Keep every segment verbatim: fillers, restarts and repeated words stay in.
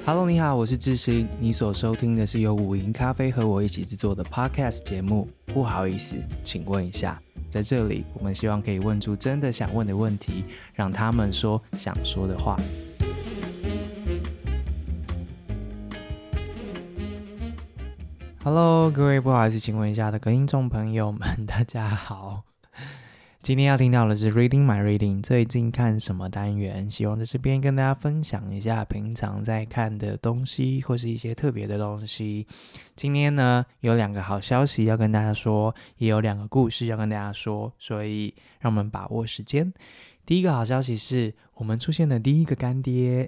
Hello， 你好，我是智行，你所收听的是由五零咖啡和我一起制作的 Podcast 节目。不好意思，请问一下，在这里，我们希望可以问出真的想问的问题，让他们说想说的话。Hello， 各位不好意思，请问一下的听众朋友们，大家好。今天要听到的是 Reading My Reading 最近看什么单元，希望在这边跟大家分享一下平常在看的东西或是一些特别的东西。今天呢有两个好消息要跟大家说，也有两个故事要跟大家说，所以让我们把握时间。第一个好消息是我们出现了第一个干爹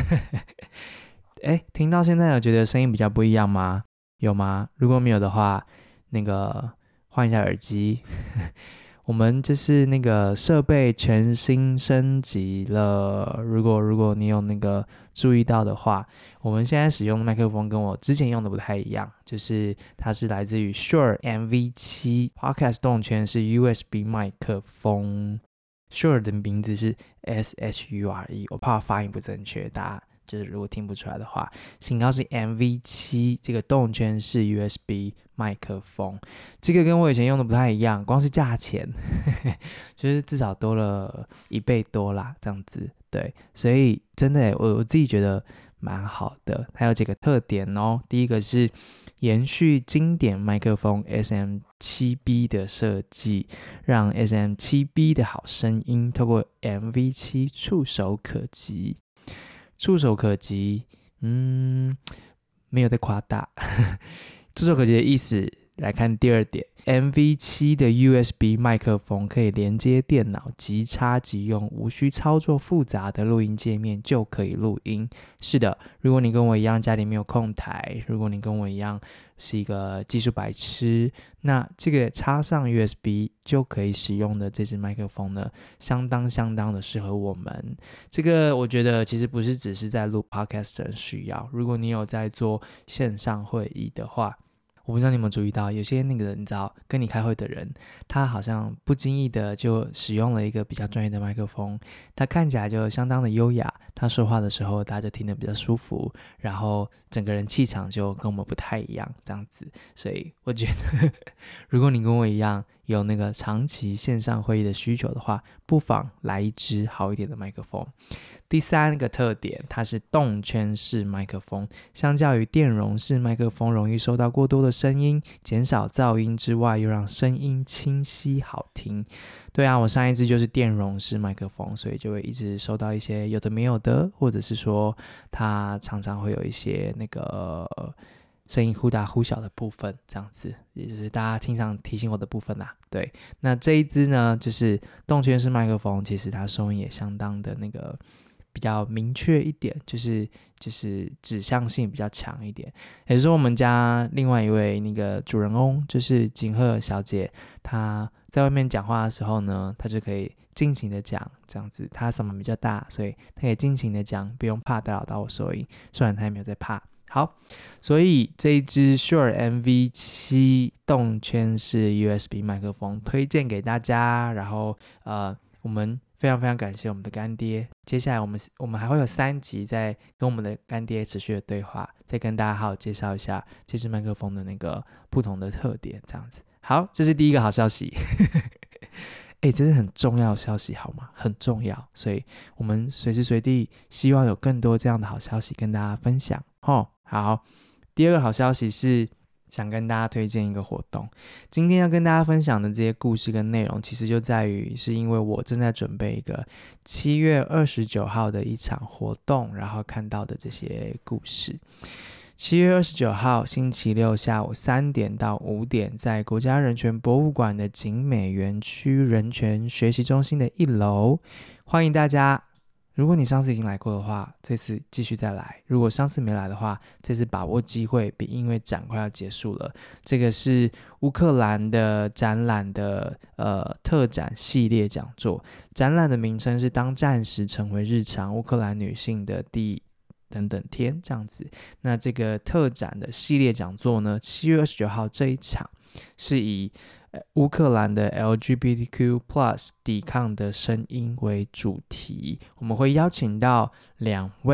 诶，听到现在有觉得声音比较不一样吗？有吗？如果没有的话，那个换一下耳机我们就是那个设备全新升级了，如果如果你有那个注意到的话，我们现在使用的麦克风跟我之前用的不太一样，就是它是来自于 Shure M V 七 Podcast 动圈是 U S B 麦克风， Shure 的名字是 S H U R E， 我怕发音不正确，大家就是如果听不出来的话，型号是 M V 七， 这个动圈是 U S B 麦克风，这个跟我以前用的不太一样，光是价钱就是至少多了一倍多啦，这样子，对，所以真的耶，我我自己觉得蛮好的。它有几个特点哦，第一个是延续经典麦克风 S M 七 B 的设计，让 S M 七 B 的好声音透过 M V 七 触手可及。触手可及，嗯，没有在夸大触手可及的意思来看第二点， M V 七 的 U S B 麦克风可以连接电脑，即插即用，无需操作复杂的录音界面就可以录音。是的，如果你跟我一样家里没有控台，如果你跟我一样是一个技术白痴，那这个插上 U S B 就可以使用的这支麦克风呢，相当相当的适合我们。这个我觉得其实不是只是在录 podcast 的人需要，如果你有在做线上会议的话，我不知道你有没有注意到，有些那个你知道跟你开会的人，他好像不经意的就使用了一个比较专业的麦克风，他看起来就相当的优雅，他说话的时候大家就听得比较舒服，然后整个人气场就跟我们不太一样这样子。所以我觉得如果你跟我一样有那个长期线上会议的需求的话，不妨来一支好一点的麦克风。第三个特点，它是动圈式麦克风，相较于电容式麦克风容易收到过多的声音，减少噪音之外又让声音清晰好听。对啊，我上一支就是电容式麦克风，所以就会一直收到一些有的没有的，或者是说它常常会有一些那个声音忽大忽小的部分，这样子，也就是大家经常提醒我的部分啦。对，那这一支呢，就是动圈式麦克风，其实它收音也相当的那个比较明确一点，就是就是指向性比较强一点。也就是说，我们家另外一位那个主人翁，就是景鹤小姐，她在外面讲话的时候呢，她就可以尽情的讲，这样子，她嗓门比较大，所以她可以尽情的讲，不用怕打扰到我收音，虽然她也没有在怕。好，所以这一支 Shure M V 七 动圈式 U S B 麦克风推荐给大家，然后呃，我们非常非常感谢我们的干爹。接下来我们我们还会有三集在跟我们的干爹持续的对话，再跟大家好好介绍一下这支麦克风的那个不同的特点，这样子。好，这是第一个好消息哎，这是很重要的消息好吗？很重要，所以我们随时随地希望有更多这样的好消息跟大家分享齁。好，第二个好消息是想跟大家推荐一个活动。今天要跟大家分享的这些故事跟内容，其实就在于是因为我正在准备一个七月二十九号的一场活动，然后看到的这些故事。七月二十九号星期六下午三点到五点，在国家人权博物馆的景美园区人权学习中心的一楼，欢迎大家。如果你上次已经来过的话，这次继续再来，如果上次没来的话，这次把握机会，因为展快要结束了。这个是乌克兰的展览的呃特展系列讲座，展览的名称是当战时成为日常，乌克兰女性的第等等天，这样子。那这个特展的系列讲座呢，七月二十九号这一场是以乌克兰的 L G B T Q plus 抵抗的声音为主题，我们会邀请到两位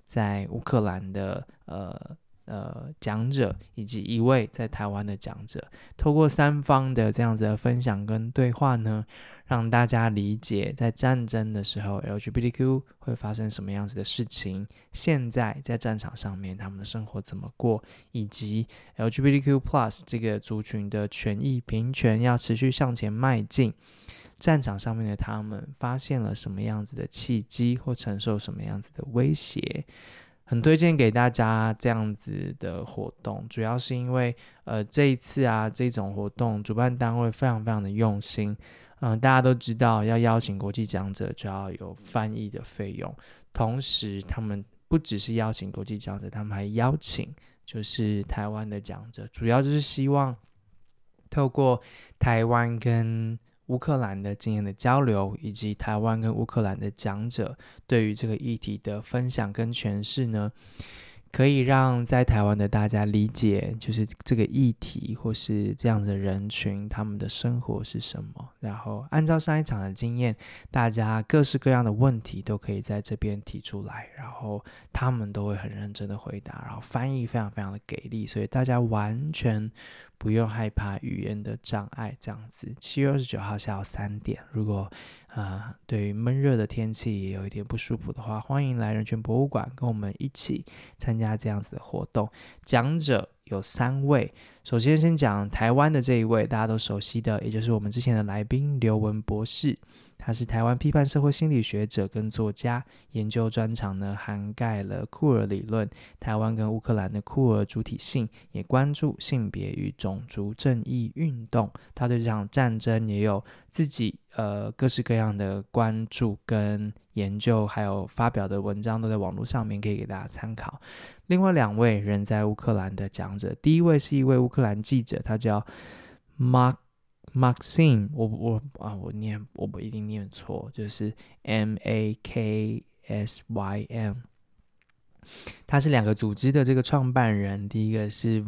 在乌克兰的呃呃讲者，以及一位在台湾的讲者，透过三方的这样子的分享跟对话呢，让大家理解在战争的时候 L G B T Q 会发生什么样子的事情，现在在战场上面他们的生活怎么过，以及 L G B T Q plus 这个族群的权益平权要持续向前迈进，战场上面的他们发现了什么样子的契机，或承受什么样子的威胁。很推荐给大家这样子的活动，主要是因为呃这一次啊这种活动主办单位非常非常的用心，嗯、呃，大家都知道要邀请国际讲者就要有翻译的费用，同时他们不只是邀请国际讲者，他们还邀请就是台湾的讲者，主要就是希望透过台湾跟乌克兰的经验的交流，以及台湾跟乌克兰的讲者对于这个议题的分享跟诠释呢，可以让在台湾的大家理解就是这个议题或是这样的人群他们的生活是什么，然后按照上一场的经验，大家各式各样的问题都可以在这边提出来，然后他们都会很认真的回答，然后翻译非常非常的给力，所以大家完全不用害怕语言的障碍。这样子七月二十九号下午三点，如果呃对于闷热的天气也有一点不舒服的话，欢迎来人权博物馆跟我们一起参加这样子的活动。讲者有三位，首先先讲台湾的这一位大家都熟悉的，也就是我们之前的来宾刘文博士，他是台湾批判社会心理学者跟作家，研究专长呢涵盖了库尔理论、台湾跟乌克兰的库尔主体性，也关注性别与种族正义运动。他对这场战争也有自己呃各式各样的关注跟研究，还有发表的文章都在网络上面可以给大家参考。另外两位人在乌克兰的讲者，第一位是一位乌克兰记者，他叫 Mark Maxim， 我我啊我念我不一定念错，就是 M A K S Y M。他是两个组织的这个创办人，第一个是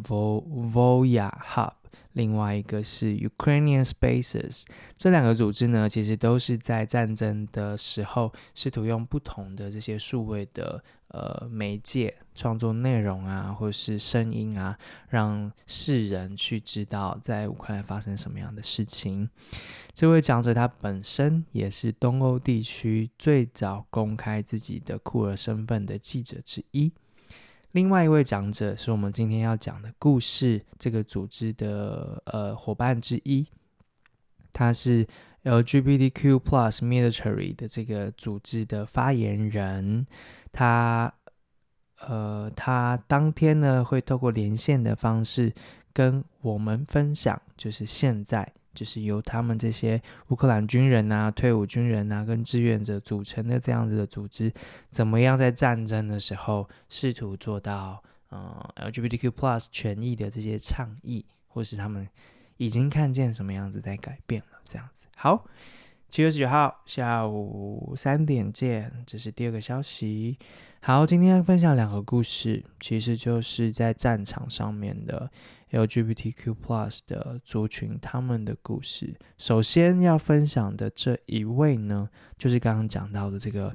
Voya Hub， 另外一个是 Ukrainian Spaces。 这两个组织呢，其实都是在战争的时候试图用不同的这些数位的呃媒介创作内容啊，或是声音啊，让世人去知道在乌克兰发生什么样的事情。这位讲者他本身也是东欧地区最早公开自己的库尔身份的记者之一。另外一位讲者是我们今天要讲的故事这个组织的呃伙伴之一，他是 L G B T Q plus Military 的这个组织的发言人。他呃他当天呢会透过连线的方式跟我们分享，就是现在就是由他们这些乌克兰军人啊、退伍军人啊跟志愿者组成的这样子的组织，怎么样在战争的时候试图做到、呃、L G B T Q plus 权益的这些倡议，或是他们已经看见什么样子在改变了这样子。好，七月十九号下午三点见，这是第二个消息。好，今天要分享两个故事，其实就是在战场上面的 L G B T Q plus 的族群他们的故事。首先要分享的这一位呢，就是刚刚讲到的这个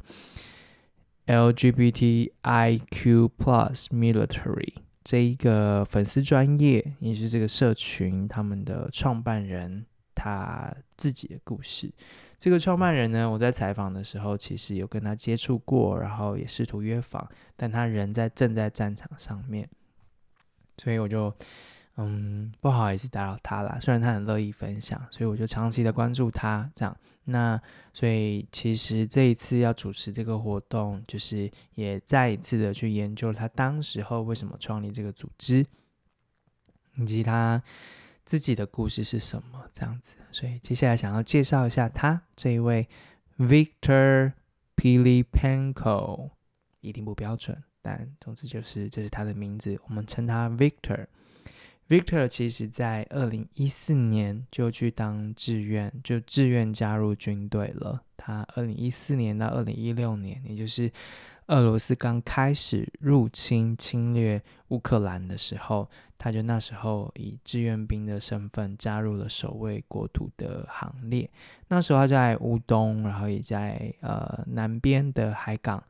L G B T I Q plus Military 这一个粉丝专页，也是这个社群他们的创办人他自己的故事。这个创办人呢，我在采访的时候其实有跟他接触过，然后也试图约访，但他人在正在战场上面，所以我就嗯不好意思打扰他啦，虽然他很乐意分享，所以我就长期的关注他这样。那所以其实这一次要主持这个活动，就是也再一次的去研究他当时候为什么创立这个组织，以及他自己的故事是什么这样子。所以接下来想要介绍一下他这一位 Victor Pilipenko， 一定不标准，但总之就是这是他的名字，我们称他 Victor。 Victor 其实在二零一四年就去当志愿，就志愿加入军队了。他二零一四年到二零一六年，也就是俄罗斯刚开始入侵侵略乌克兰的时候，他就那时候以志愿兵的身份加入了守卫国土的行列。那时候他在乌东，然后也在呃南边的海港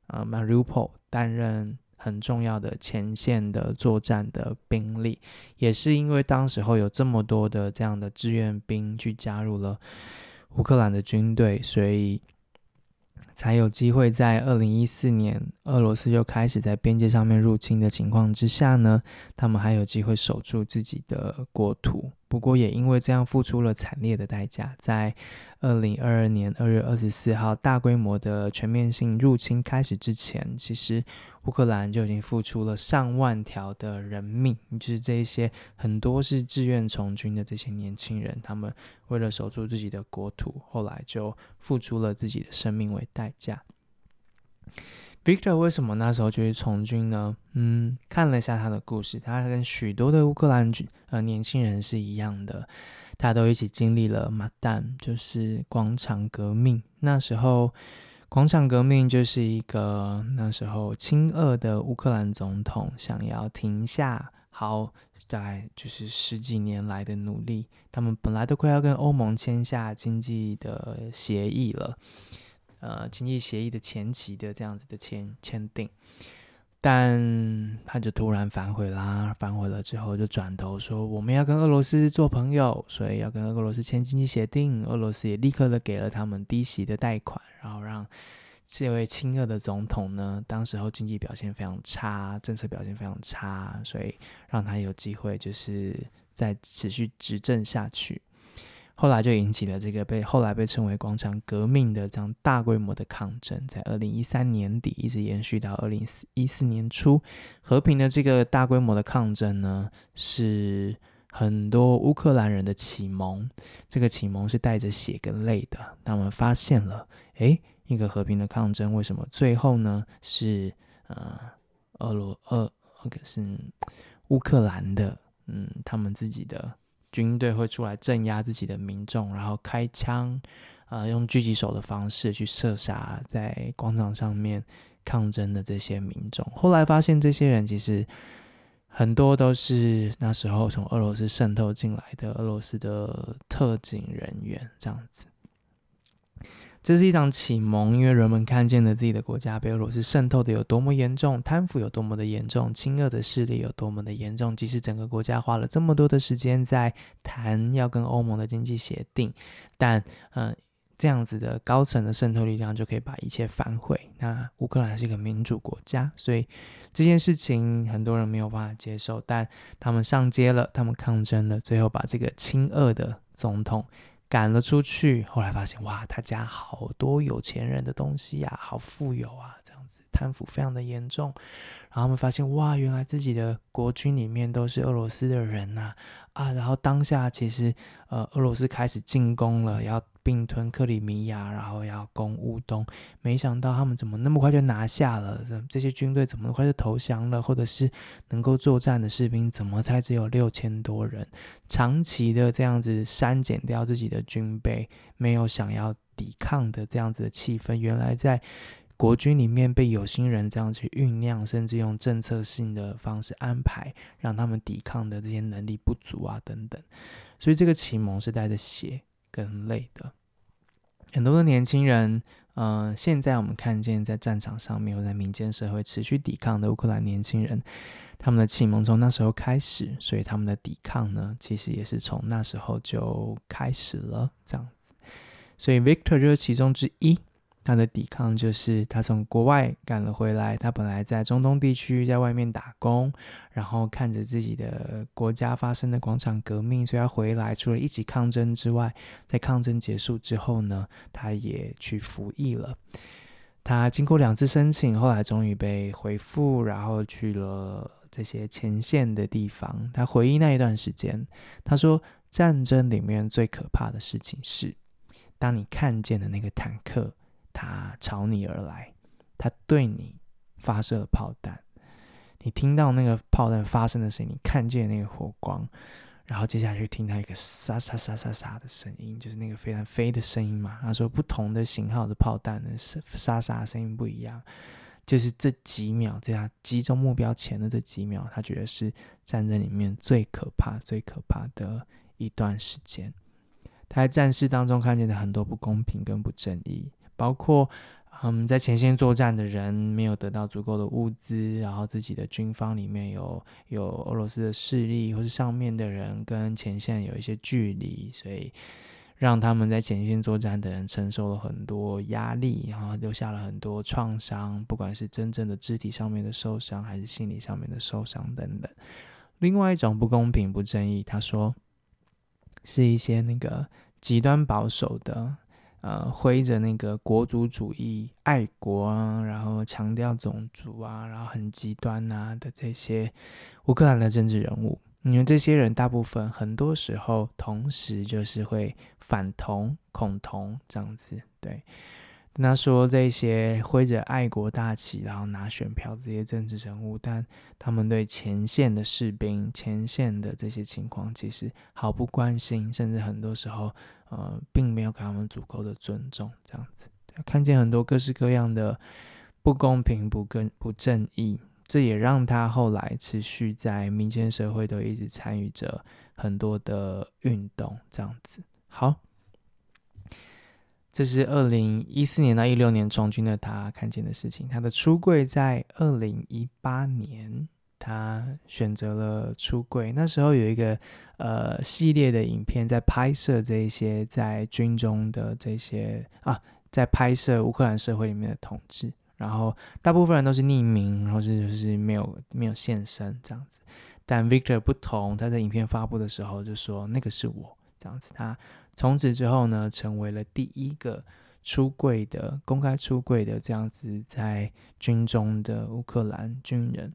呃 Mariupol 担任很重要的前线的作战的兵力，也是因为当时候有这么多的这样的志愿兵去加入了乌克兰的军队，所以才有机会在二零一四年俄罗斯就开始在边界上面入侵的情况之下呢，他们还有机会守住自己的国土。不过也因为这样付出了惨烈的代价，在二零二二年二月二十四号大规模的全面性入侵开始之前，其实乌克兰就已经付出了上万条的人命，就是这一些很多是志愿从军的这些年轻人，他们为了守住自己的国土，后来就付出了自己的生命为代价。Victor 为什么那时候就去从军呢？嗯，看了一下他的故事，他跟许多的乌克兰呃年轻人是一样的，他都一起经历了马旦，就是广场革命。那时候广场革命就是一个那时候亲俄的乌克兰总统想要停下好大概就是十几年来的努力，他们本来都快要跟欧盟签下经济的协议了。呃，经济协议的前期的这样子的签签订，但他就突然反悔啦，反悔了之后就转头说我们要跟俄罗斯做朋友，所以要跟俄罗斯签经济协定。俄罗斯也立刻的给了他们低息的贷款，然后让这位亲俄的总统呢，当时候经济表现非常差，政策表现非常差，所以让他有机会就是再持续执政下去。后来就引起了这个被后来被称为广场革命的这样大规模的抗争，在二零一三年底一直延续到二零一四年初。和平的这个大规模的抗争呢，是很多乌克兰人的启蒙，这个启蒙是带着血跟泪的。他们发现了，诶，一个和平的抗争为什么最后呢是呃俄罗俄是乌克兰的嗯他们自己的军队会出来镇压自己的民众，然后开枪，呃，用狙击手的方式去射杀在广场上面抗争的这些民众。后来发现这些人其实很多都是那时候从俄罗斯渗透进来的俄罗斯的特警人员，这样子。这是一场启蒙，因为人们看见了自己的国家被俄罗斯渗透的有多么严重，贪腐有多么的严重，亲俄的势力有多么的严重。即使整个国家花了这么多的时间在谈要跟欧盟的经济协定，但、呃、这样子的高层的渗透力量就可以把一切反悔。那乌克兰是一个民主国家，所以这件事情很多人没有办法接受，但他们上街了，他们抗争了，最后把这个亲俄的总统赶了出去。后来发现哇，他家好多有钱人的东西啊，好富有啊，这样子贪腐非常的严重。然后他们发现哇，原来自己的国军里面都是俄罗斯的人啊啊！然后当下其实呃俄罗斯开始进攻了，要并吞克里米亚，然后要攻乌东。没想到他们怎么那么快就拿下了？这些军队怎么那么快就投降了？或者是能够作战的士兵怎么才只有六千多人？长期的这样子删减掉自己的军备，没有想要抵抗的这样子的气氛，原来在国军里面被有心人这样去酝酿，甚至用政策性的方式安排，让他们抵抗的这些能力不足啊等等。所以这个启蒙是带着血跟泪的。很多的年轻人呃，现在我们看见在战场上面或在民间社会持续抵抗的乌克兰年轻人，他们的启蒙从那时候开始，所以他们的抵抗呢，其实也是从那时候就开始了这样子。所以 Victor 就是其中之一，他的抵抗就是他从国外赶了回来，他本来在中东地区在外面打工，然后看着自己的国家发生的广场革命，所以他回来除了一起抗争之外，在抗争结束之后呢，他也去服役了。他经过两次申请，后来终于被回复，然后去了这些前线的地方。他回忆那一段时间，他说战争里面最可怕的事情是，当你看见的那个坦克他朝你而来，他对你发射了炮弹，你听到那个炮弹发生的声音，你看见那个火光，然后接下来就听到一个沙沙沙沙沙的声音，就是那个飞弹飞的声音嘛。他说不同的型号的炮弹呢，沙沙的声音不一样，就是这几秒，在他击中目标前的这几秒，他觉得是战争里面最可怕最可怕的一段时间。他在战事当中看见的很多不公平跟不正义，包括嗯，在前线作战的人没有得到足够的物资，然后自己的军方里面有有俄罗斯的势力，或是上面的人跟前线有一些距离，所以让他们在前线作战的人承受了很多压力，然后留下了很多创伤，不管是真正的肢体上面的受伤，还是心理上面的受伤等等。另外一种不公平不正义，他说是一些那个极端保守的呃，挥着那个国族主义、爱国啊，然后强调种族啊，然后很极端啊的这些乌克兰的政治人物，因为这些人大部分很多时候同时就是会反同、恐同这样子。对，他说这些挥着爱国大旗，然后拿选票的这些政治人物，但他们对前线的士兵、前线的这些情况其实毫不关心，甚至很多时候呃，并没有给他们足够的尊重，这样子看见很多各式各样的不公平、不跟不正义，这也让他后来持续在民间社会都一直参与着很多的运动，这样子。好，这是二零一四年到一六年从军的他看见的事情。他的出柜在二零一八年。他选择了出柜，那时候有一个呃系列的影片在拍摄这一些在军中的这些啊，在拍摄乌克兰社会里面的统治，然后大部分人都是匿名，或是就是没有没有现身这样子。但 Victor 不同，他在影片发布的时候就说那个是我这样子。他从此之后呢，成为了第一个出柜的公开出柜的这样子在军中的乌克兰军人。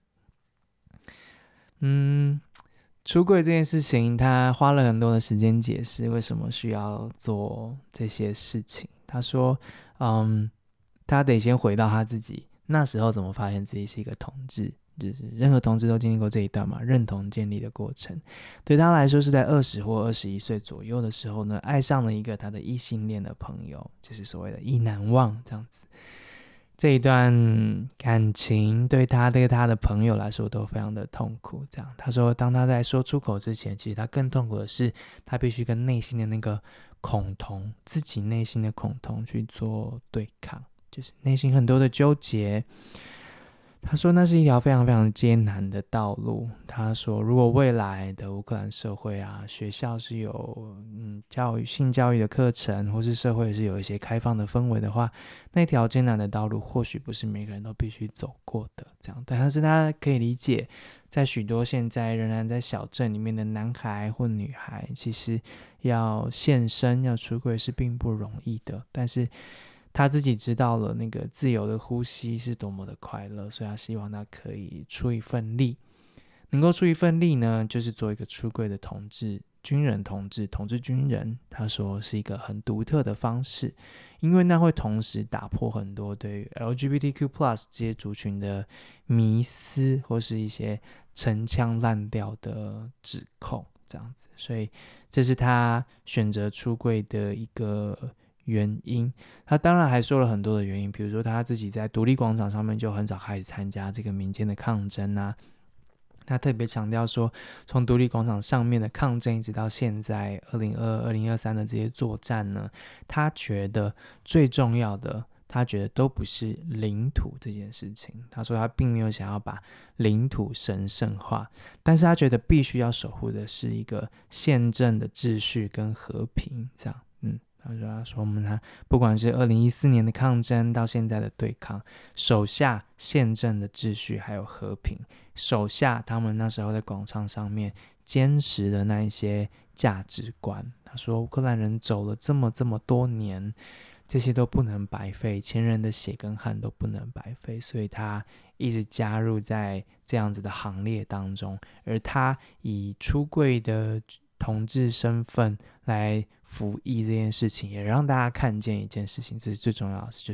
嗯，出柜这件事情，他花了很多的时间解释为什么需要做这些事情。他说，嗯，他得先回到他自己那时候怎么发现自己是一个同志，就是任何同志都经历过这一段嘛，认同建立的过程。对他来说是在二十或二十一岁左右的时候呢，爱上了一个他的异性恋的朋友，就是所谓的意难忘这样子。这一段感情对他对他的朋友来说都非常的痛苦，这样他说当他在说出口之前，其实他更痛苦的是他必须跟内心的那个恐同，自己内心的恐同去做对抗，就是内心很多的纠结。他说那是一条非常非常艰难的道路。他说如果未来的乌克兰社会啊，学校是有嗯教育性教育的课程，或是社会是有一些开放的氛围的话，那条艰难的道路或许不是每个人都必须走过的这样。但是他可以理解，在许多现在仍然在小镇里面的男孩或女孩，其实要现身要出柜是并不容易的，但是他自己知道了那个自由的呼吸是多么的快乐，所以他希望他可以出一份力，能够出一份力呢，就是做一个出柜的同志军人同志同志军人。他说是一个很独特的方式，因为那会同时打破很多对于 L G B T Q plus 这些族群的迷思，或是一些陈腔滥调的指控这样子。所以这是他选择出柜的一个原因。他当然还说了很多的原因，比如说他自己在独立广场上面就很早开始参加这个民间的抗争啊。他特别强调说，从独立广场上面的抗争一直到现在二零二二、二零二三的这些作战呢，他觉得最重要的，他觉得都不是领土这件事情。他说他并没有想要把领土神圣化，但是他觉得必须要守护的是一个宪政的秩序跟和平这样。嗯他说他说我们不管是二零一四年的抗争到现在的对抗，手下宪政的秩序还有和平，手下他们那时候在广场上面坚持的那一些价值观。他说乌克兰人走了这么这么多年，这些都不能白费，前人的血跟汗都不能白费，所以他一直加入在这样子的行列当中。而他以出柜的同志身份来服役这件事情，也让大家看见一件事情，这是最重要的，就是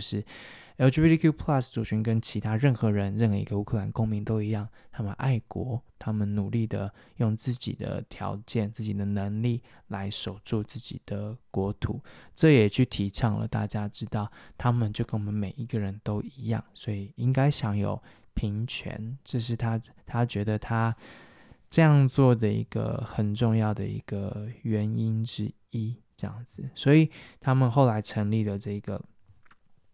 L G B T Q plus 族群跟其他任何人任何一个乌克兰公民都一样，他们爱国，他们努力的用自己的条件自己的能力来守住自己的国土。这也去提倡了大家知道他们就跟我们每一个人都一样，所以应该享有平权。这是他他觉得他这样做的一个很重要的一个原因之一这样子。所以他们后来成立了这个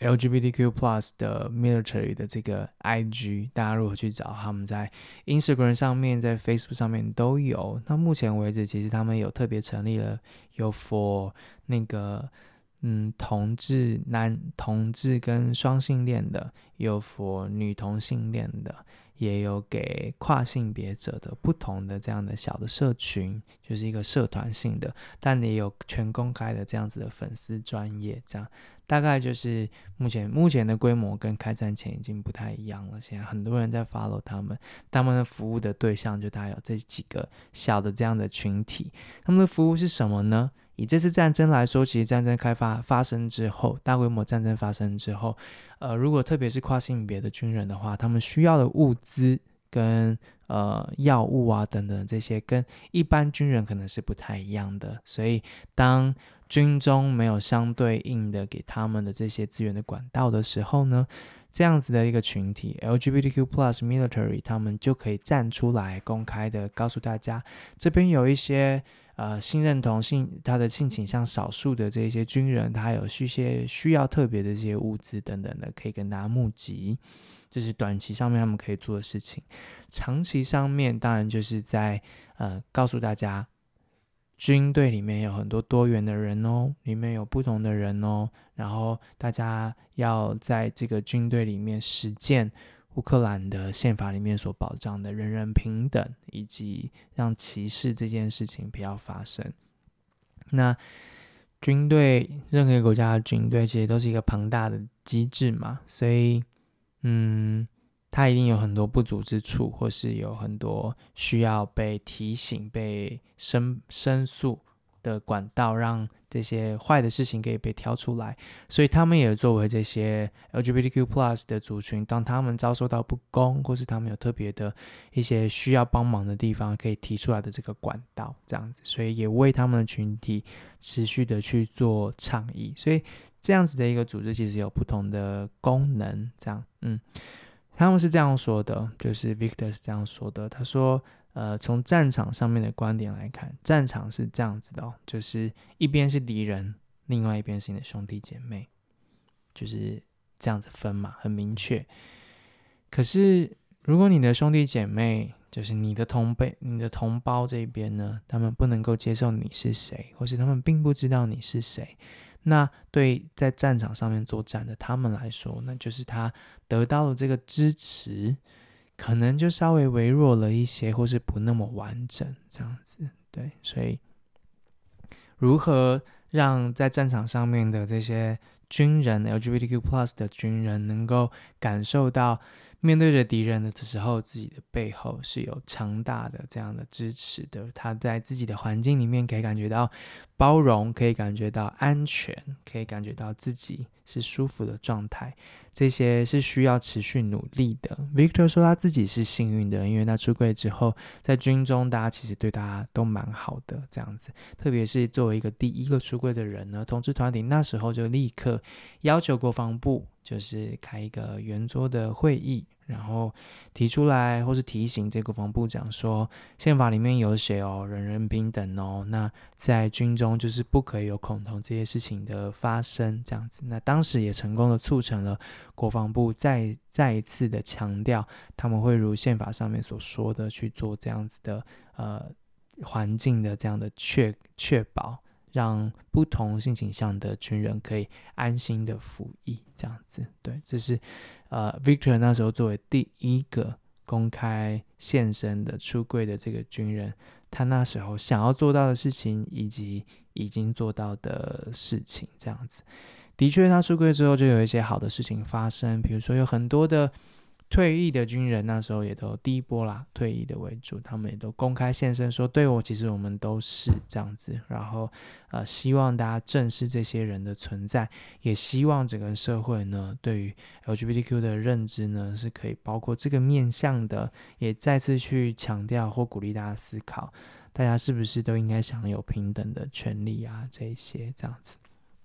L G B T Q plus 的 military 的这个 I G， 大家如果去找，他们在 Instagram 上面，在 Facebook 上面都有。那目前为止，其实他们有特别成立了有 for 那个嗯同志男同志跟双性恋的，有 for 女同性恋的，也有给跨性别者的不同的这样的小的社群，就是一个社团性的，但也有全公开的这样子的粉丝专页，这样大概就是目前目前的规模跟开战前已经不太一样了。现在很多人在 follow 他们，他们的服务的对象就大概有这几个小的这样的群体。他们的服务是什么呢？以这次战争来说，其实战争开发发生之后，大规模战争发生之后，呃，如果特别是跨性别的军人的话，他们需要的物资跟呃药物啊等等这些，跟一般军人可能是不太一样的。所以当军中没有相对应的给他们的这些资源的管道的时候呢，这样子的一个群体 L G B T Q plus military 他们就可以站出来公开的告诉大家，这边有一些呃性认同性他的性倾向少数的这些军人，他有一些需要特别的这些物资等等的，可以跟大家募集。这是短期上面他们可以做的事情。长期上面当然就是在呃告诉大家，军队里面有很多多元的人哦，里面有不同的人哦，然后大家要在这个军队里面实践乌克兰的宪法里面所保障的人人平等，以及让歧视这件事情不要发生。那军队，任何一个国家的军队其实都是一个庞大的机制嘛，所以嗯，它一定有很多不足之处，或是有很多需要被提醒、被申申诉的管道，让这些坏的事情可以被挑出来。所以他们也作为这些 L G B T Q plus 的族群，当他们遭受到不公，或是他们有特别的一些需要帮忙的地方，可以提出来的这个管道，这样子，所以也为他们的群体持续的去做倡议。所以这样子的一个组织其实有不同的功能，这样，嗯，他们是这样说的，就是 Victor 是这样说的，他说，呃，从战场上面的观点来看，战场是这样子的哦，就是一边是敌人，另外一边是你的兄弟姐妹，就是这样子分嘛，很明确。可是如果你的兄弟姐妹，就是你的同辈、你的同胞这边呢，他们不能够接受你是谁，或是他们并不知道你是谁，那对在战场上面作战的他们来说，那就是他得到了这个支持，可能就稍微微弱了一些，或是不那么完整，这样子。对，所以如何让在战场上面的这些军人 L G B T Q plus 的军人能够感受到面对着敌人的时候，自己的背后是有强大的这样的支持的，他在自己的环境里面可以感觉到包容，可以感觉到安全，可以感觉到自己是舒服的状态，这些是需要持续努力的。 Victor 说他自己是幸运的，因为他出柜之后在军中大家其实对他都蛮好的，这样子，特别是作为一个第一个出柜的人呢，同志团体那时候就立刻要求国防部就是开一个圆桌的会议，然后提出来或是提醒这国防部长说，宪法里面有写哦，人人平等哦，那在军中就是不可以有恐同这些事情的发生，这样子。那当时也成功的促成了国防部再再一次的强调，他们会如宪法上面所说的去做这样子的呃环境的这样的确确保，让不同性倾向的军人可以安心的服役，这样子。对，这是呃 Victor 那时候作为第一个公开现身的出柜的这个军人，他那时候想要做到的事情，以及已经做到的事情，这样子。的确他出柜之后就有一些好的事情发生，比如说有很多的退役的军人，那时候也都第一波啦，退役的为主，他们也都公开现身说，对，我其实我们都是这样子，然后呃，希望大家正视这些人的存在，也希望整个社会呢对于 L G B T Q 的认知呢是可以包括这个面向的，也再次去强调或鼓励大家思考，大家是不是都应该享有平等的权利啊，这一些这样子。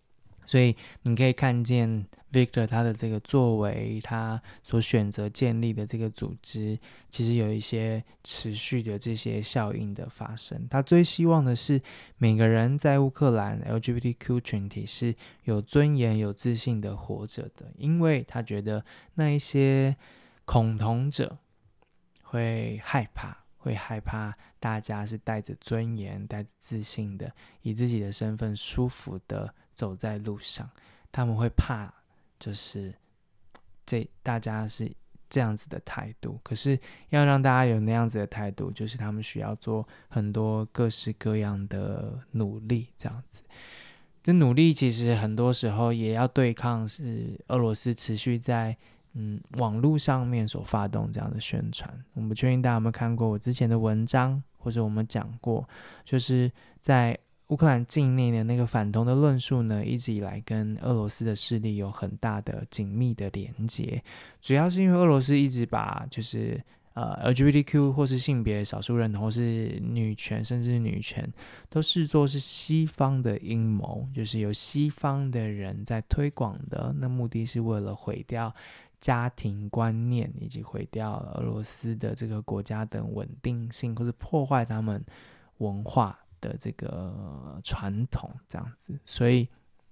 所以你可以看见 Victor 他的这个作为，他所选择建立的这个组织，其实有一些持续的这些效应的发生。他最希望的是每个人在乌克兰 L G B T Q 群体是有尊严有自信的活着的，因为他觉得那一些恐同者会害怕会害怕大家是带着尊严带着自信的，以自己的身份舒服的走在路上，他们会怕就是这大家是这样子的态度。可是要让大家有那样子的态度，就是他们需要做很多各式各样的努力，这样子。这努力其实很多时候也要对抗是俄罗斯持续在嗯网络上面所发动这样的宣传。我不确定大家有没有看过我之前的文章，或者我们讲过，就是在乌克兰境内的那个反同的论述呢，一直以来跟俄罗斯的势力有很大的紧密的连结，主要是因为俄罗斯一直把就是呃 L G B T Q 或是性别少数认同或是女权甚至女权都视作是西方的阴谋，就是由西方的人在推广的，那目的是为了毁掉家庭观念以及毁掉俄罗斯的这个国家的稳定性，或是破坏他们文化的这个传统这样子。所以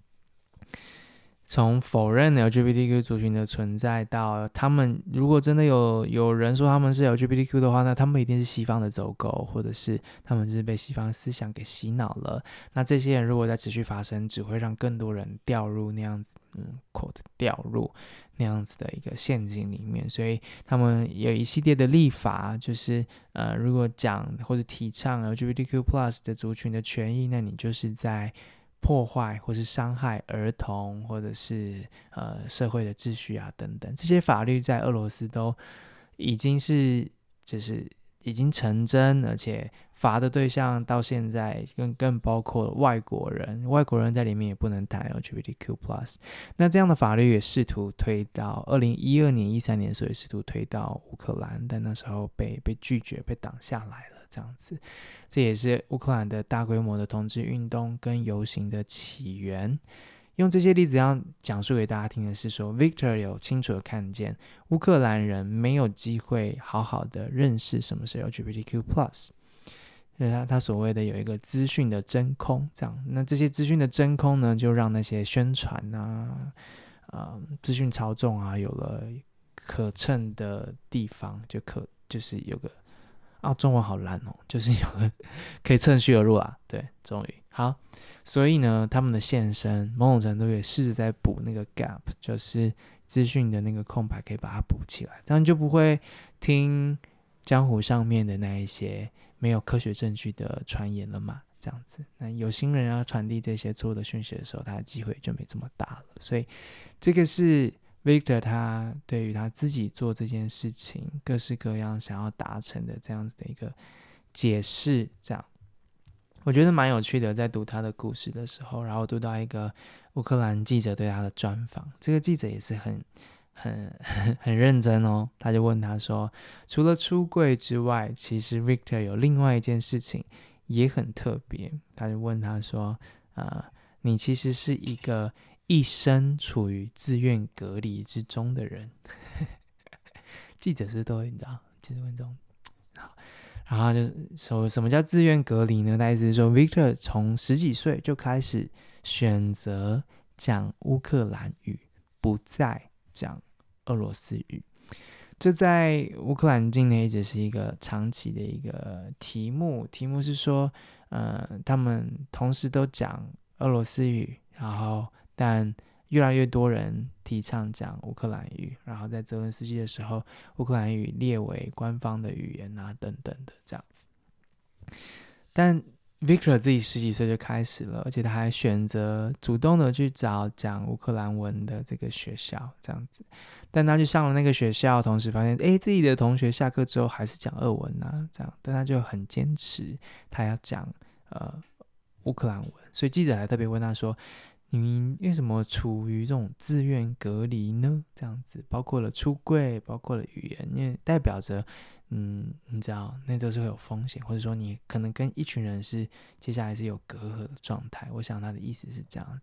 从否认 L G B T Q 族群的存在，到他们如果真的有有人说他们是 L G B T Q 的话，那他们一定是西方的走狗，或者是他们就是被西方思想给洗脑了。那这些人如果在持续发生，只会让更多人掉入那样子嗯 quote 掉入那样子的一个陷阱里面。所以他们有一系列的立法，就是呃，如果讲或者提倡 L G B T Q plus 的族群的权益，那你就是在破坏或是伤害儿童，或者是呃社会的秩序啊等等，这些法律在俄罗斯都已经是就是已经成真，而且罚的对象到现在更更包括外国人，外国人在里面也不能谈 L G B T Q plus。 那这样的法律也试图推到二零一二年一三年的时候也试图推到乌克兰，但那时候被被拒绝被挡下来了这样子。这也是乌克兰的大规模的同志运动跟游行的起源。用这些例子要讲述给大家听的是说， Victor 有清楚的看见乌克兰人没有机会好好的认识什么是 L G B T Q plus， 他, 他所谓的有一个资讯的真空，这样，那这些资讯的真空呢，就让那些宣传啊、呃、资讯操纵啊有了可乘的地方，就可就是有个啊，中文好烂哦，就是有个可以趁虚而入啊，对，终于好。所以呢，他们的现身某种程度也试着在补那个 gap， 就是资讯的那个空白，可以把它补起来，这样就不会听江湖上面的那一些没有科学证据的传言了嘛，这样子。那有心人要传递这些错误的讯息的时候，他的机会就没这么大了。所以这个是Victor 他对于他自己做这件事情各式各样想要达成的这样子的一个解释，这样我觉得蛮有趣的。在读他的故事的时候，然后读到一个乌克兰记者对他的专访，这个记者也是很很很认真哦，他就问他说，除了出柜之外，其实 Victor 有另外一件事情也很特别。他就问他说、呃、你其实是一个一生处于自愿隔离之中的人记者是都会你知道就是问这种好，然后就说什么叫自愿隔离呢？他意思是说 Victor 从十几岁就开始选择讲乌克兰语，不再讲俄罗斯语。这在乌克兰境内一直是一个长期的一个题目，题目是说呃，他们同时都讲俄罗斯语，然后但越来越多人提倡讲乌克兰语，然后在泽伦斯基的时候，乌克兰语列为官方的语言啊，等等的这样。但 Victor 自己十几岁就开始了，而且他还选择主动的去找讲乌克兰文的这个学校，这样子。但他去上了那个学校，同时发现，哎，自己的同学下课之后还是讲俄文啊，这样。但他就很坚持，他要讲呃乌克兰文，所以记者还特别问他说，你为什么处于这种自愿隔离呢？这样子，包括了出柜，包括了语言，因为代表着，嗯，你知道，那都是会有风险，或者说你可能跟一群人是接下来是有隔阂的状态。我想他的意思是这样子，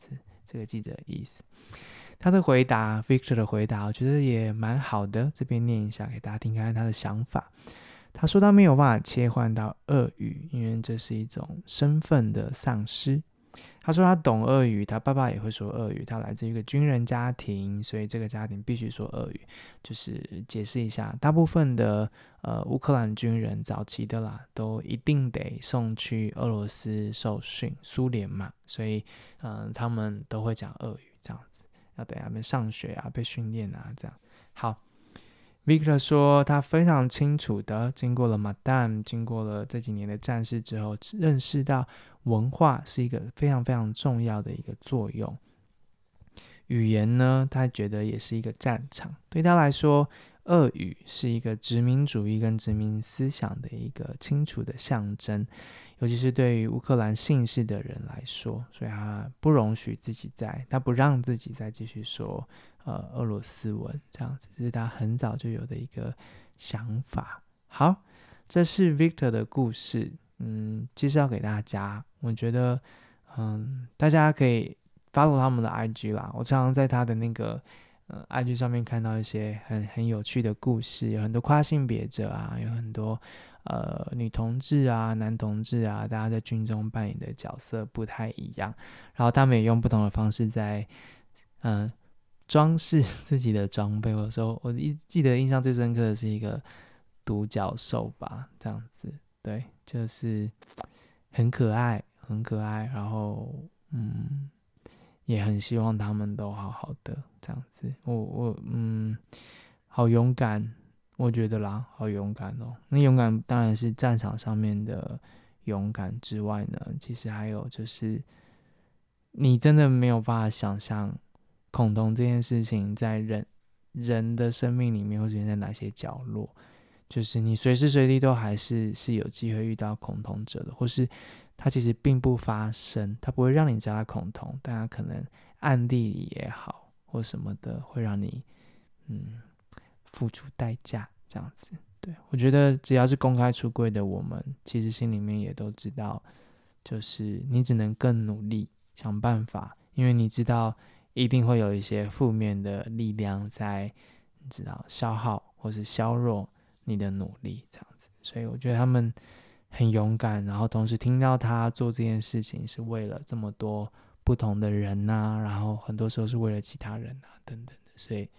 这个记者的意思。他的回答 Victor 的回答我觉得也蛮好的，这边念一下给大家听看看他的想法。他说他没有办法切换到俄语，因为这是一种身份的丧失。他说他懂俄语，他爸爸也会说俄语，他来自一个军人家庭，所以这个家庭必须说俄语。就是解释一下，大部分的呃乌克兰军人早期的啦，都一定得送去俄罗斯受训，苏联嘛，所以嗯、呃、他们都会讲俄语这样子，要等他们上学啊，被训练啊这样。好，Victor 说他非常清楚的经过了马丹，经过了这几年的战事之后，认识到文化是一个非常非常重要的一个作用。语言呢，他觉得也是一个战场，对他来说俄语是一个殖民主义跟殖民思想的一个清楚的象征，尤其是对于乌克兰姓氏的人来说，所以他不容许自己再他不让自己再继续说呃俄罗斯文这样子，这是他很早就有的一个想法。好，这是 Victor 的故事，嗯，介绍给大家。我觉得嗯大家可以follow 他们的 I G 啦，我常常在他的那个呃 I G 上面看到一些很很有趣的故事，有很多跨性别者啊，有很多呃女同志啊、男同志啊，大家在军中扮演的角色不太一样，然后他们也用不同的方式在嗯、呃、装饰自己的装备。有时候我一记得印象最深刻的是一个独角兽吧，这样子，对，就是很可爱，很可爱，然后嗯。也很希望他们都好好的这样子。我我嗯，好勇敢，我觉得啦，好勇敢哦。那勇敢当然是战场上面的勇敢之外呢，其实还有就是你真的没有办法想象恐同这件事情在人人的生命里面会出现在哪些角落，就是你随时随地都还是是有机会遇到恐同者的，或是它其实并不发生，它不会让你知道它恐同，但它可能暗地里也好或什么的会让你嗯付出代价这样子。对，我觉得只要是公开出柜的我们，其实心里面也都知道，就是你只能更努力想办法，因为你知道一定会有一些负面的力量在你知道消耗或是削弱你的努力这样子。所以我觉得他们很勇敢，然后同时听到他做这件事情是为了这么多不同的人啊，然后很多时候是为了其他人啊等等的，所以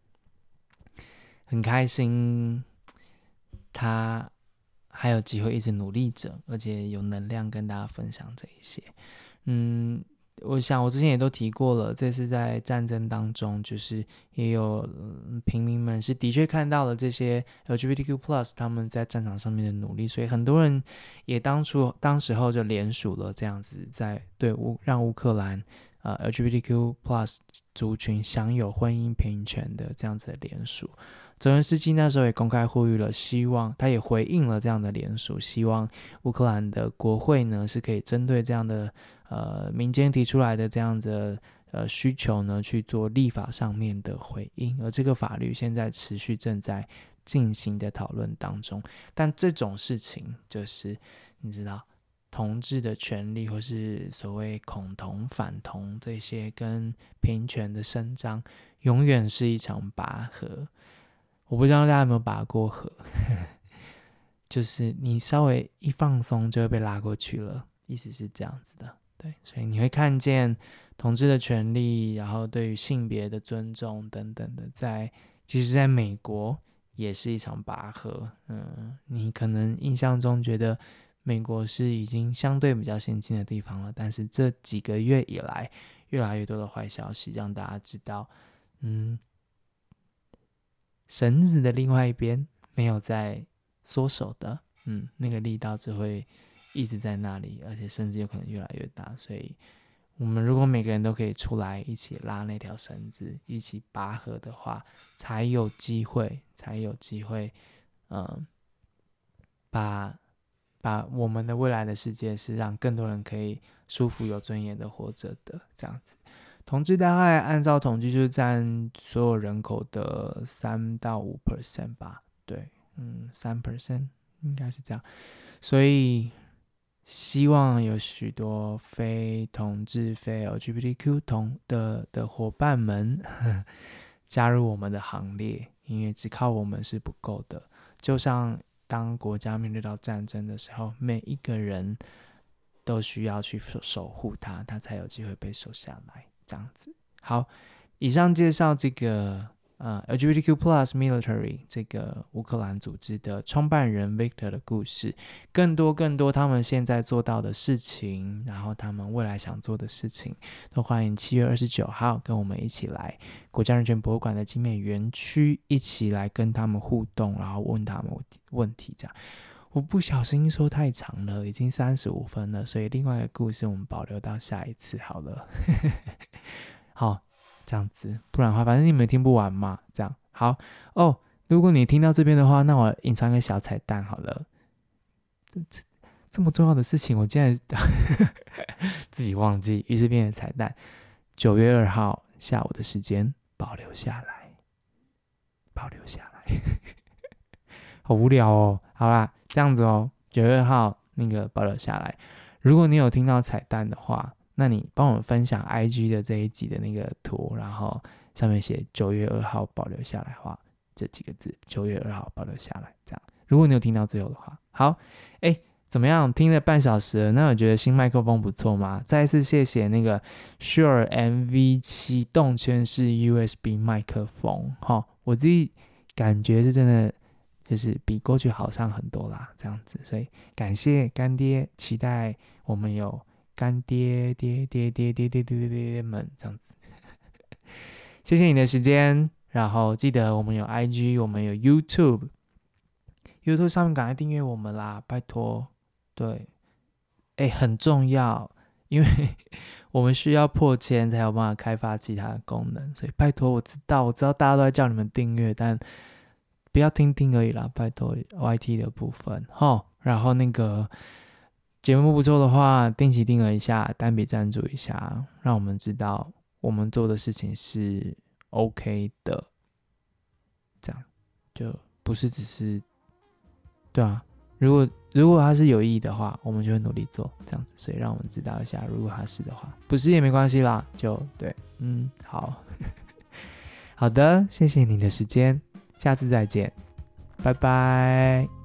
很开心他还有机会一直努力着，而且有能量跟大家分享这一些。嗯，我想我之前也都提过了，这次在战争当中，就是也有、嗯、平民们是的确看到了这些 L G B T Q plus 他们在战场上面的努力，所以很多人也当初当时候就联署了这样子，在对乌让乌克兰呃 L G B T Q plus 族群享有婚姻平权的这样子的联署。泽伦斯基那时候也公开呼吁了，希望他也回应了这样的联署，希望乌克兰的国会呢是可以针对这样的呃民间提出来的这样的呃需求呢去做立法上面的回应，而这个法律现在持续正在进行的讨论当中。但这种事情就是你知道同志的权利或是所谓恐同反同这些跟平权的伸张永远是一场拔河。我不知道大家有没有拔过河就是你稍微一放松就会被拉过去了，意思是这样子的。对，所以你会看见同志的权利，然后对于性别的尊重等等的，在其实在美国也是一场拔河。嗯，你可能印象中觉得美国是已经相对比较先进的地方了，但是这几个月以来越来越多的坏消息让大家知道嗯绳子的另外一边没有在缩手的，嗯，那个力道只会一直在那里，而且甚至有可能越来越大。所以我们如果每个人都可以出来一起拉那条绳子，一起拔河的话，才有机会，才有机会，嗯，把把我们的未来的世界是让更多人可以舒服有尊严的活着的，这样子。同志大概按照统计就是占所有人口的三到五 percent 吧，对，嗯，三 percent 应该是这样，所以希望有许多非同志、非 L G B T Q 同的的伙伴们呵呵加入我们的行列，因为只靠我们是不够的。就像当国家面对到战争的时候，每一个人都需要去守护它，它才有机会被守下来。这样子。好，以上介绍这个。呃、L G B T Q plus military 这个乌克兰组织的创办人 Victor 的故事，更多更多他们现在做到的事情，然后他们未来想做的事情，都欢迎七月二十九号跟我们一起来国家人权博物馆的景美园区，一起来跟他们互动，然后问他们问题。这样，我不小心说太长了，已经三十五分了，所以另外一个故事我们保留到下一次好了。好。这样子，不然的话，反正你们听不完嘛。这样好哦。如果你听到这边的话，那我隐藏一个小彩蛋好了。这, 这, 这么重要的事情，我竟然自己忘记，于是变成彩蛋。九月二号下午的时间保留下来，保留下来，好无聊哦。好啦，这样子哦，九月二号那个保留下来。如果你有听到彩蛋的话，那你帮我们分享 I G 的这一集的那个图，然后上面写九月二号保留下来的话，这几个字，九月二号保留下来，这样。如果你有听到最后的话，好，哎，怎么样？听了半小时了，那我觉得新麦克风不错吗？再一次谢谢那个 Shure M V 七 动圈式 U S B 麦克风，哈，我自己感觉是真的，就是比过去好上很多啦，这样子。所以感谢干爹，期待我们有。干爹爹爹爹爹爹爹爹们这样子，谢谢你的时间。然后记得我们有 I G， 我们有 YouTube，YouTube 上面赶快订阅我们啦，拜托。对，哎，很重要，因为我们需要破千才有办法开发其他的功能，所以拜托，我知道，我知道大家都在叫你们订阅，但不要听听而已啦，拜托 Y T 的部分齁。然后那个。节目不错的话，定期订阅一下，单笔赞助一下，让我们知道我们做的事情是 OK 的，这样就不是只是，对啊，如果如果它是有意义的话，我们就会努力做，这样子，所以让我们知道一下，如果它是的话，不是也没关系啦，就对，嗯，好，好的，谢谢你的时间，下次再见，拜拜。